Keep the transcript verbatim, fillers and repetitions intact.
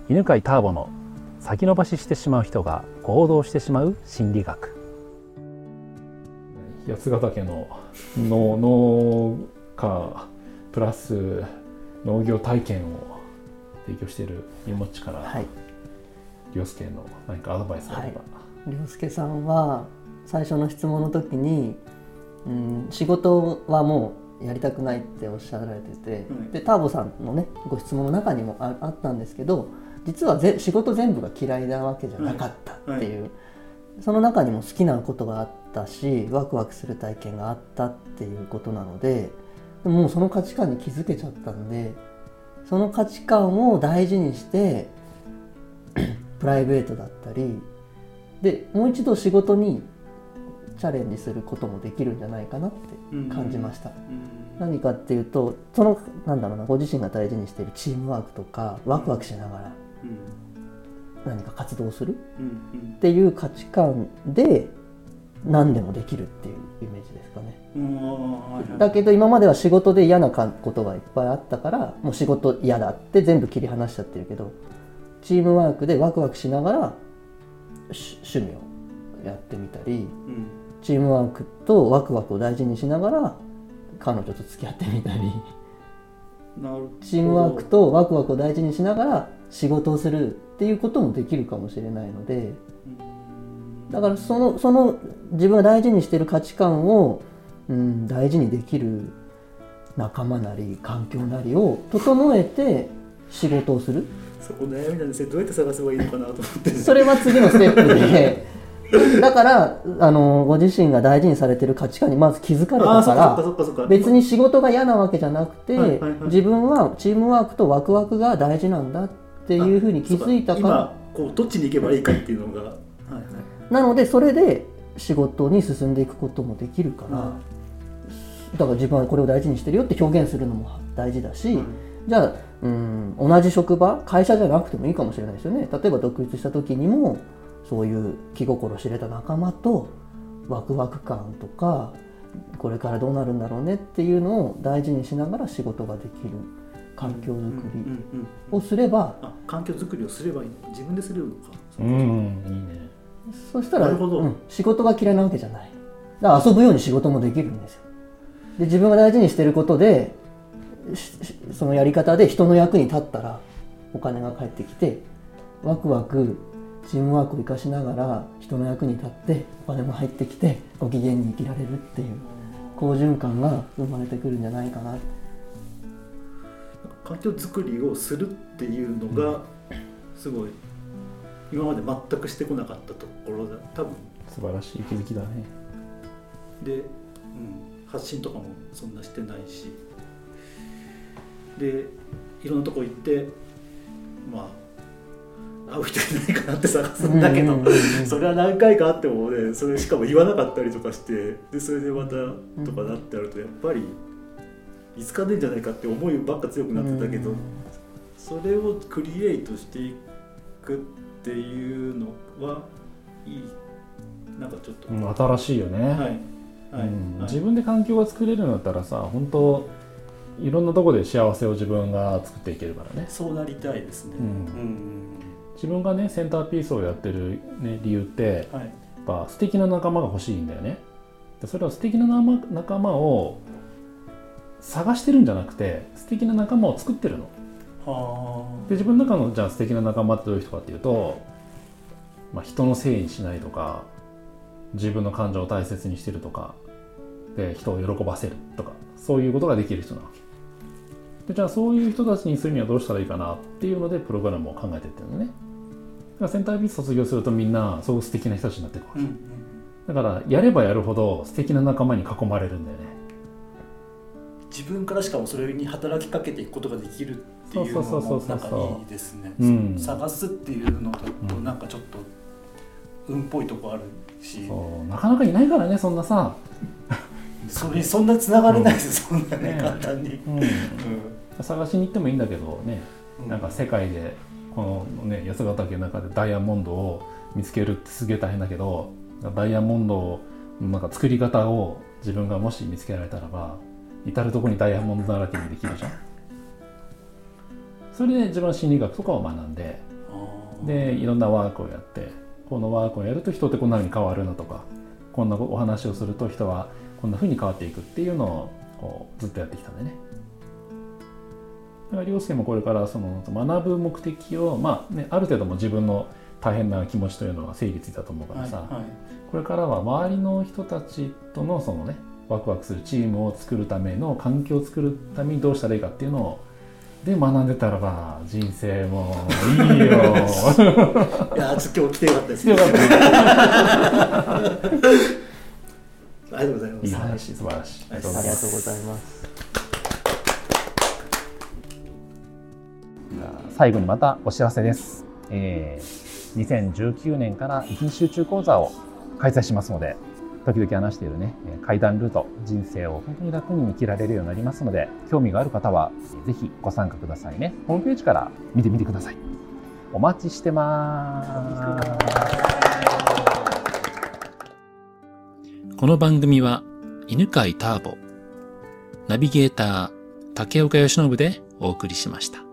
犬飼ターボの先延ばししてしまう人が行動してしまう心理学。八ヶ岳の農農家プラス農業体験を提供しているゆもっちから、はい、りょうすけの何かアドバイスがあれば。 りょうすけさんは最初の質問の時に、うん、仕事はもうやりたくないっておっしゃられてて、うん、でターボさんのねご質問の中にも あ, あったんですけど、実はぜ仕事全部が嫌いなわけじゃなかったっていう、はいはい、その中にも好きなことがあったしワクワクする体験があったっていうことなので、もうその価値観に気づけちゃったんで、その価値観を大事にしてプライベートだったりでもう一度仕事にチャレンジすることもできるんじゃないかなって感じました、うんうん、何かっていうと、そのなんだろうな、ご自身が大事にしているチームワークとかワクワクしながら何か活動するっていう価値観で何でもできるっていうイメージですかね、うん、だけど今までは仕事で嫌なことがいっぱいあったからもう仕事嫌だって全部切り離しちゃってるけど、チームワークでワクワクしながら趣味をやってみたり、うん、チームワークとワクワクを大事にしながら彼女と付き合ってみたり、チームワークとワクワクを大事にしながら仕事をするっていうこともできるかもしれないので、だからその、その自分が大事にしている価値観を、うん、大事にできる仲間なり環境なりを整えて仕事をする。 そこ悩みなんですね。どうやって探せばいいのかなと思ってそれは次のステップでだからあのご自身が大事にされている価値観にまず気づかれたから別に仕事が嫌なわけじゃなくて、はいはいはい、自分はチームワークとワクワクが大事なんだっていうふうに気づいたから、 今こうどっちに行けばいいかっていうのが、はいはい、 なのでそれで仕事に進んでいくこともできるから、うん、だから自分はこれを大事にしてるよって表現するのも大事だし、うん、じゃあ、うん、同じ職場会社じゃなくてもいいかもしれないですよね。例えば独立した時にもそういう気心知れた仲間とワクワク感とかこれからどうなるんだろうねっていうのを大事にしながら仕事ができる環境づくりをすれば、 あ、環境づくりをすればいいの、自分でするのか、 うん、いいね。 そしたら、うん、仕事が嫌いなわけじゃない。だから遊ぶように仕事もできるんですよ。で自分が大事にしていることでそのやり方で人の役に立ったらお金が返ってきてワクワクチームワークを生かしながら人の役に立ってお金も入ってきてご機嫌に生きられるっていう好循環が生まれてくるんじゃないかな。 環境づくりをするっていうのがすごい今まで全くしてこなかったところだ。多分素晴らしい気づきだね。 で、うん、発信とかもそんなしてないし、でいろんなとこ行ってまあ会う人いないかなって探すんだけど、うんうんうんうん、それは何回かあってもね、それしかも言わなかったりとかして、でそれでまたとかなってあるとやっぱりいつかねえんじゃないかって思いばっか強くなってたけど、うん、それをクリエイトしていくっていうのはいい、なんかちょっと、 うん、新しいよね、はいはいうん、自分で環境が作れるんだったらさ、本当いろんなところで幸せを自分が作っていけるからね。 そうなりたいですね、うんうん、 自分がねセンターピースをやってる、ね、理由って、はい、やっぱ素敵な仲間が欲しいんだよね。でそれは素敵な仲間を探してるんじゃなくて素敵な仲間を作ってるの。はで自分の中のじゃあ素敵な仲間ってどういう人かっていうと、まあ、人のせいにしないとか自分の感情を大切にしてるとかで人を喜ばせるとかそういうことができる人なわけで、じゃあそういう人たちにするにはどうしたらいいかなっていうのでプログラムを考えていってるのね。だからセンターピース卒業するとみんなそう素敵な人たちになっていくわけ、うんうん、だからやればやるほど素敵な仲間に囲まれるんだよね。 自分からしかもそれに働きかけていくことができるっていうのもなんかいいですね、うん、探すっていうのとなんかちょっと運っぽいとこあるし、 そうなかなかいないからねそんなさそれそんな繋がれないです、うん、そんなね、ね簡単に、うんうん、 探しに行ってもいいんだけどね、うん、なんか世界でこのね八ヶ岳の中でダイヤモンドを見つけるってすげえ大変だけど、ダイヤモンドのなんか作り方を自分がもし見つけられたらば至るところにダイヤモンドだらけにできるじゃん。それで自分は心理学とかを学んででいろんなワークをやって、このワークをやると人ってこんな風に変わるなとか、こんなお話をすると人はこんな風に変わっていくっていうのをこうずっとやってきたんでね。だから涼介もこれからその学ぶ目的を、まあね、ある程度も自分の大変な気持ちというのは整理ついたと思うからさ、はいはい、これからは周りの人たちとのそのねワクワクするチームを作るための環境を作るためにどうしたらいいかっていうのをで学んでたらば人生もいいよ。いや今日来てよかったです。よかった。ありがとうございます。 いい話、素晴らしい。 ありがとうございます。 最後にまたお知らせです。えー、にせんじゅうきゅうねんからいちにち集中講座を開催しますので、時々話しているね階段ルート、人生を本当に楽に生きられるようになりますので、興味がある方はぜひご参加くださいね。ホームページから見てみてください。お待ちしてます。 この番組は犬飼ターボ、ナビゲーター竹岡由伸でお送りしました。